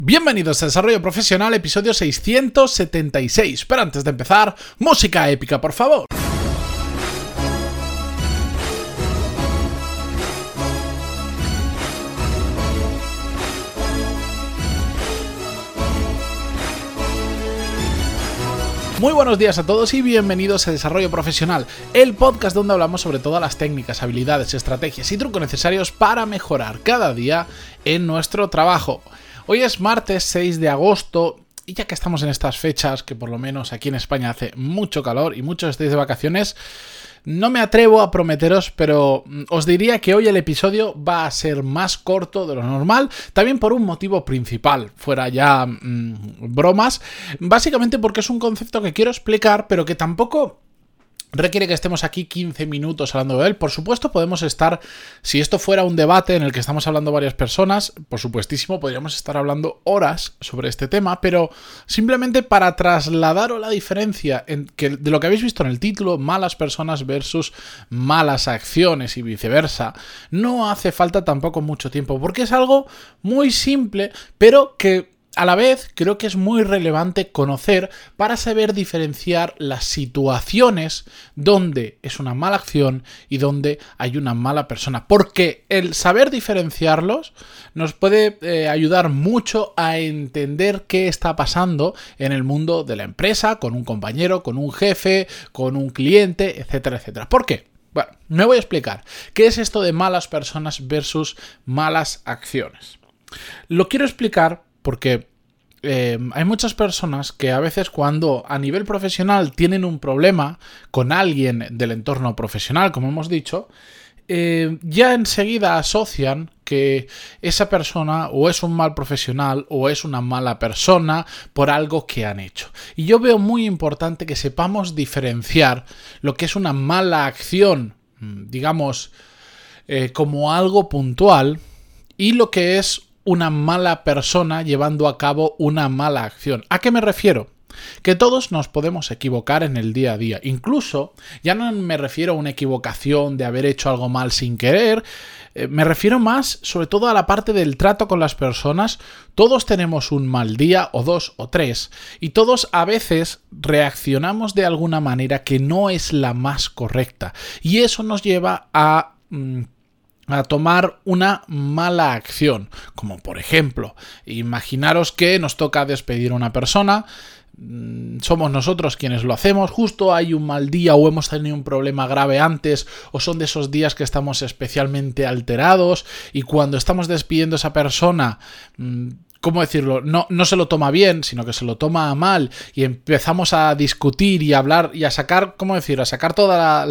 Bienvenidos a Desarrollo Profesional, episodio 676. Pero antes de empezar, música épica, por favor. Muy buenos días a todos y bienvenidos a Desarrollo Profesional, el podcast donde hablamos sobre todas las técnicas, habilidades, estrategias y trucos necesarios para mejorar cada día en nuestro trabajo. Hoy es martes 6 de agosto y ya que estamos en estas fechas, que por lo menos aquí en España hace mucho calor y muchos estáis de vacaciones, no me atrevo a prometeros, pero os diría que hoy el episodio va a ser más corto de lo normal, también por un motivo principal, fuera ya bromas, básicamente porque es un concepto que quiero explicar, pero que tampoco requiere que estemos aquí 15 minutos hablando de él. Por supuesto, podemos estar, si esto fuera un debate en el que estamos hablando varias personas, por supuestísimo, podríamos estar hablando horas sobre este tema, pero simplemente para trasladaros la diferencia de lo que habéis visto en el título, malas personas versus malas acciones y viceversa, no hace falta tampoco mucho tiempo, porque es algo muy simple, pero que a la vez, creo que es muy relevante conocer para saber diferenciar las situaciones donde es una mala acción y donde hay una mala persona. Porque el saber diferenciarlos nos puede ayudar mucho a entender qué está pasando en el mundo de la empresa, con un compañero, con un jefe, con un cliente, etcétera, etcétera. ¿Por qué? Bueno, me voy a explicar. ¿Qué es esto de malas personas versus malas acciones? Lo quiero explicar porque hay muchas personas que a veces cuando a nivel profesional tienen un problema con alguien del entorno profesional, como hemos dicho, ya enseguida asocian que esa persona o es un mal profesional o es una mala persona por algo que han hecho. Y yo veo muy importante que sepamos diferenciar lo que es una mala acción, digamos, como algo puntual, y lo que es una mala persona llevando a cabo una mala acción. ¿A qué me refiero? Que todos nos podemos equivocar en el día a día. Incluso, ya no me refiero a una equivocación de haber hecho algo mal sin querer, me refiero más sobre todo a la parte del trato con las personas. Todos tenemos un mal día, o dos, o tres, y todos a veces reaccionamos de alguna manera que no es la más correcta. Y eso nos lleva a tomar una mala acción, como por ejemplo, imaginaros que nos toca despedir a una persona, somos nosotros quienes lo hacemos, justo hay un mal día o hemos tenido un problema grave antes, o son de esos días que estamos especialmente alterados y cuando estamos despidiendo a esa persona, ¿cómo decirlo? No se lo toma bien, sino que se lo toma mal y empezamos a discutir y a hablar y a sacar, ¿cómo decirlo? A sacar toda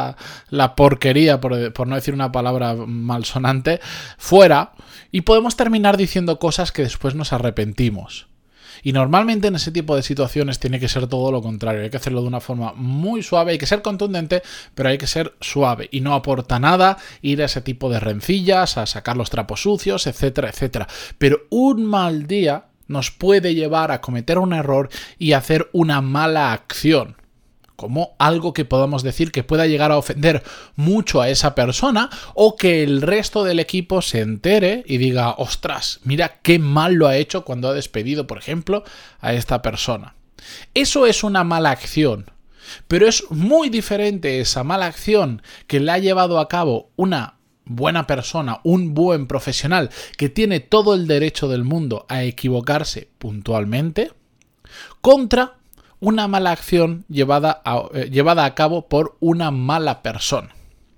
la porquería, por no decir una palabra malsonante, fuera, y podemos terminar diciendo cosas que después nos arrepentimos. Y normalmente en ese tipo de situaciones tiene que ser todo lo contrario, hay que hacerlo de una forma muy suave, hay que ser contundente, pero hay que ser suave y no aporta nada ir a ese tipo de rencillas, a sacar los trapos sucios, etcétera, etcétera. Pero un mal día nos puede llevar a cometer un error y hacer una mala acción, como algo que podamos decir que pueda llegar a ofender mucho a esa persona o que el resto del equipo se entere y diga, ostras, mira qué mal lo ha hecho cuando ha despedido, por ejemplo, a esta persona. Eso es una mala acción, pero es muy diferente esa mala acción que la ha llevado a cabo una buena persona, un buen profesional que tiene todo el derecho del mundo a equivocarse puntualmente, contra una mala acción llevada a cabo por una mala persona.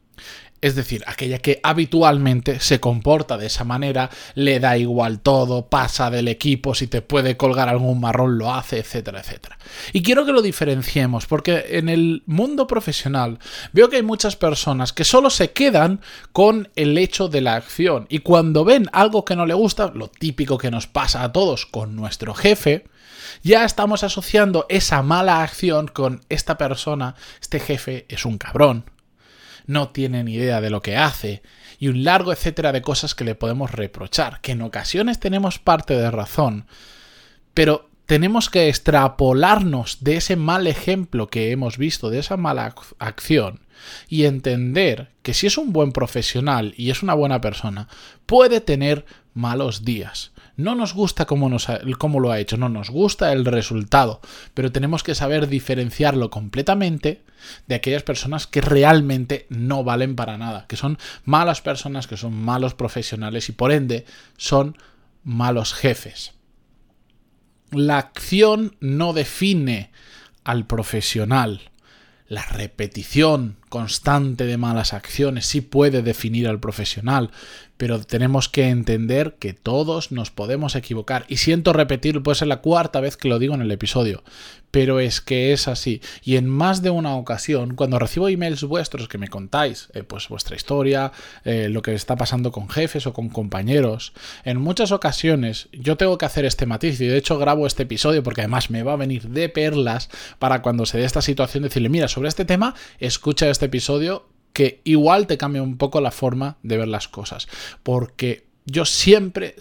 Es decir, aquella que habitualmente se comporta de esa manera, le da igual todo, pasa del equipo, si te puede colgar algún marrón lo hace, etcétera, etcétera. Y quiero que lo diferenciemos, porque en el mundo profesional veo que hay muchas personas que solo se quedan con el hecho de la acción. Y cuando ven algo que no le gusta, lo típico que nos pasa a todos con nuestro jefe, ya estamos asociando esa mala acción con esta persona, este jefe es un cabrón, no tiene ni idea de lo que hace y un largo etcétera de cosas que le podemos reprochar, que en ocasiones tenemos parte de razón, pero tenemos que extrapolarnos de ese mal ejemplo que hemos visto, de esa mala acción, y entender que si es un buen profesional y es una buena persona, puede tener malos días. No nos gusta cómo lo ha hecho, no nos gusta el resultado, pero tenemos que saber diferenciarlo completamente de aquellas personas que realmente no valen para nada, que son malas personas, que son malos profesionales y por ende son malos jefes. La acción no define al profesional. La repetición constante de malas acciones sí puede definir al profesional, pero tenemos que entender que todos nos podemos equivocar. Y siento repetir, puede ser la cuarta vez que lo digo en el episodio, pero es que es así. Y en más de una ocasión, cuando recibo emails vuestros que me contáis pues vuestra historia, lo que está pasando con jefes o con compañeros, en muchas ocasiones yo tengo que hacer este matiz y de hecho grabo este episodio porque además me va a venir de perlas para cuando se dé esta situación decirle, mira, sobre este tema, escucha este episodio que igual te cambia un poco la forma de ver las cosas. Porque yo siempre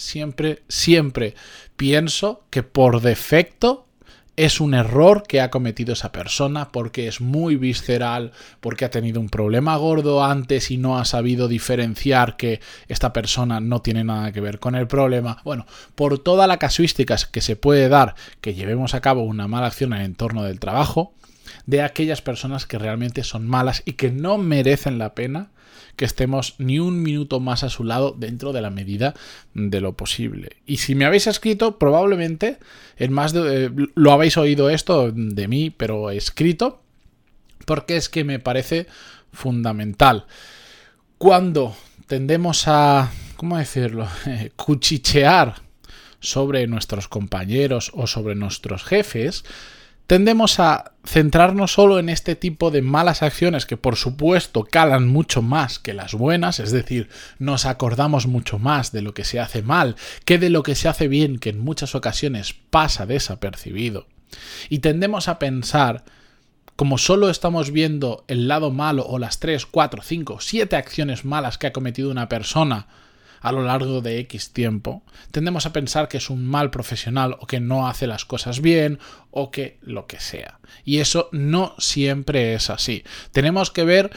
pienso que por defecto es un error que ha cometido esa persona porque es muy visceral, porque ha tenido un problema gordo antes y no ha sabido diferenciar que esta persona no tiene nada que ver con el problema. Bueno, por toda la casuística que se puede dar que llevemos a cabo una mala acción en el entorno del trabajo, de aquellas personas que realmente son malas y que no merecen la pena que estemos ni un minuto más a su lado dentro de la medida de lo posible. Y si me habéis escrito, probablemente lo habéis oído esto de mí, pero escrito, porque es que me parece fundamental. Cuando tendemos a, ¿cómo decirlo?, cuchichear sobre nuestros compañeros o sobre nuestros jefes, tendemos a centrarnos solo en este tipo de malas acciones que por supuesto calan mucho más que las buenas, es decir, nos acordamos mucho más de lo que se hace mal que de lo que se hace bien, que en muchas ocasiones pasa desapercibido. Y tendemos a pensar, como solo estamos viendo el lado malo o las 3, 4, 5, 7 acciones malas que ha cometido una persona a lo largo de X tiempo, tendemos a pensar que es un mal profesional o que no hace las cosas bien o que lo que sea. Y eso no siempre es así. Tenemos que ver,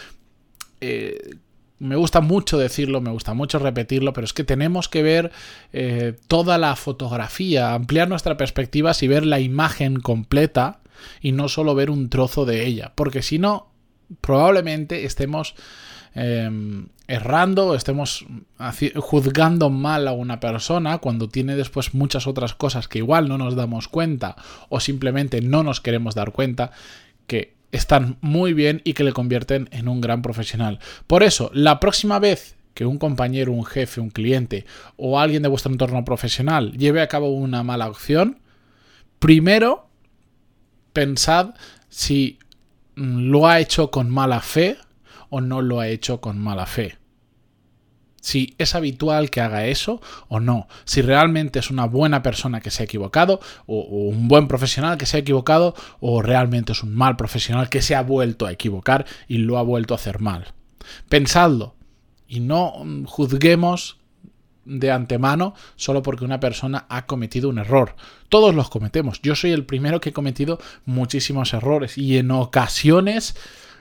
me gusta mucho decirlo, me gusta mucho repetirlo, pero es que tenemos que ver toda la fotografía, ampliar nuestras perspectivas y ver la imagen completa y no solo ver un trozo de ella, porque si no, probablemente estemos errando, estemos juzgando mal a una persona cuando tiene después muchas otras cosas que igual no nos damos cuenta o simplemente no nos queremos dar cuenta que están muy bien y que le convierten en un gran profesional. Por eso, la próxima vez que un compañero, un jefe, un cliente o alguien de vuestro entorno profesional lleve a cabo una mala acción, primero pensad si lo ha hecho con mala fe o no lo ha hecho con mala fe. Si es habitual que haga eso o no. Si realmente es una buena persona que se ha equivocado o un buen profesional que se ha equivocado o realmente es un mal profesional que se ha vuelto a equivocar y lo ha vuelto a hacer mal. Pensadlo y no juzguemos de antemano solo porque una persona ha cometido un error. Todos los cometemos. Yo soy el primero que he cometido muchísimos errores y en ocasiones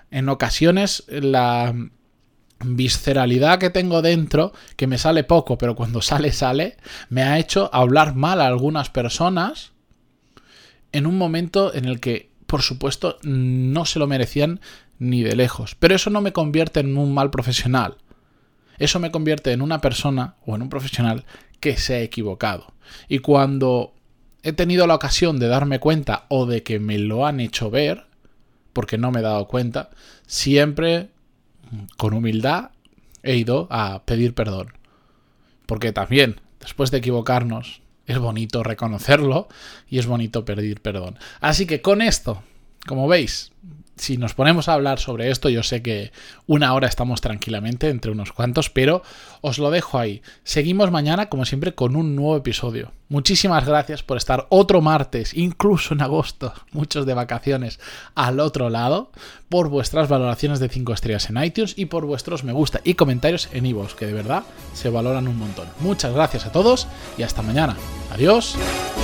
la visceralidad que tengo dentro, que me sale poco, pero cuando sale, me ha hecho hablar mal a algunas personas en un momento en el que, por supuesto, no se lo merecían ni de lejos. Pero eso no me convierte en un mal profesional. Eso me convierte en una persona o en un profesional que se ha equivocado. Y cuando he tenido la ocasión de darme cuenta o de que me lo han hecho ver, porque no me he dado cuenta, siempre con humildad he ido a pedir perdón. Porque también, después de equivocarnos, es bonito reconocerlo y es bonito pedir perdón. Así que con esto, como veis, si nos ponemos a hablar sobre esto, yo sé que una hora estamos tranquilamente entre unos cuantos, pero os lo dejo ahí. Seguimos mañana, como siempre, con un nuevo episodio. Muchísimas gracias por estar otro martes, incluso en agosto, muchos de vacaciones, al otro lado, por vuestras valoraciones de 5 estrellas en iTunes y por vuestros me gusta y comentarios en iVoox, que de verdad se valoran un montón. Muchas gracias a todos y hasta mañana. Adiós.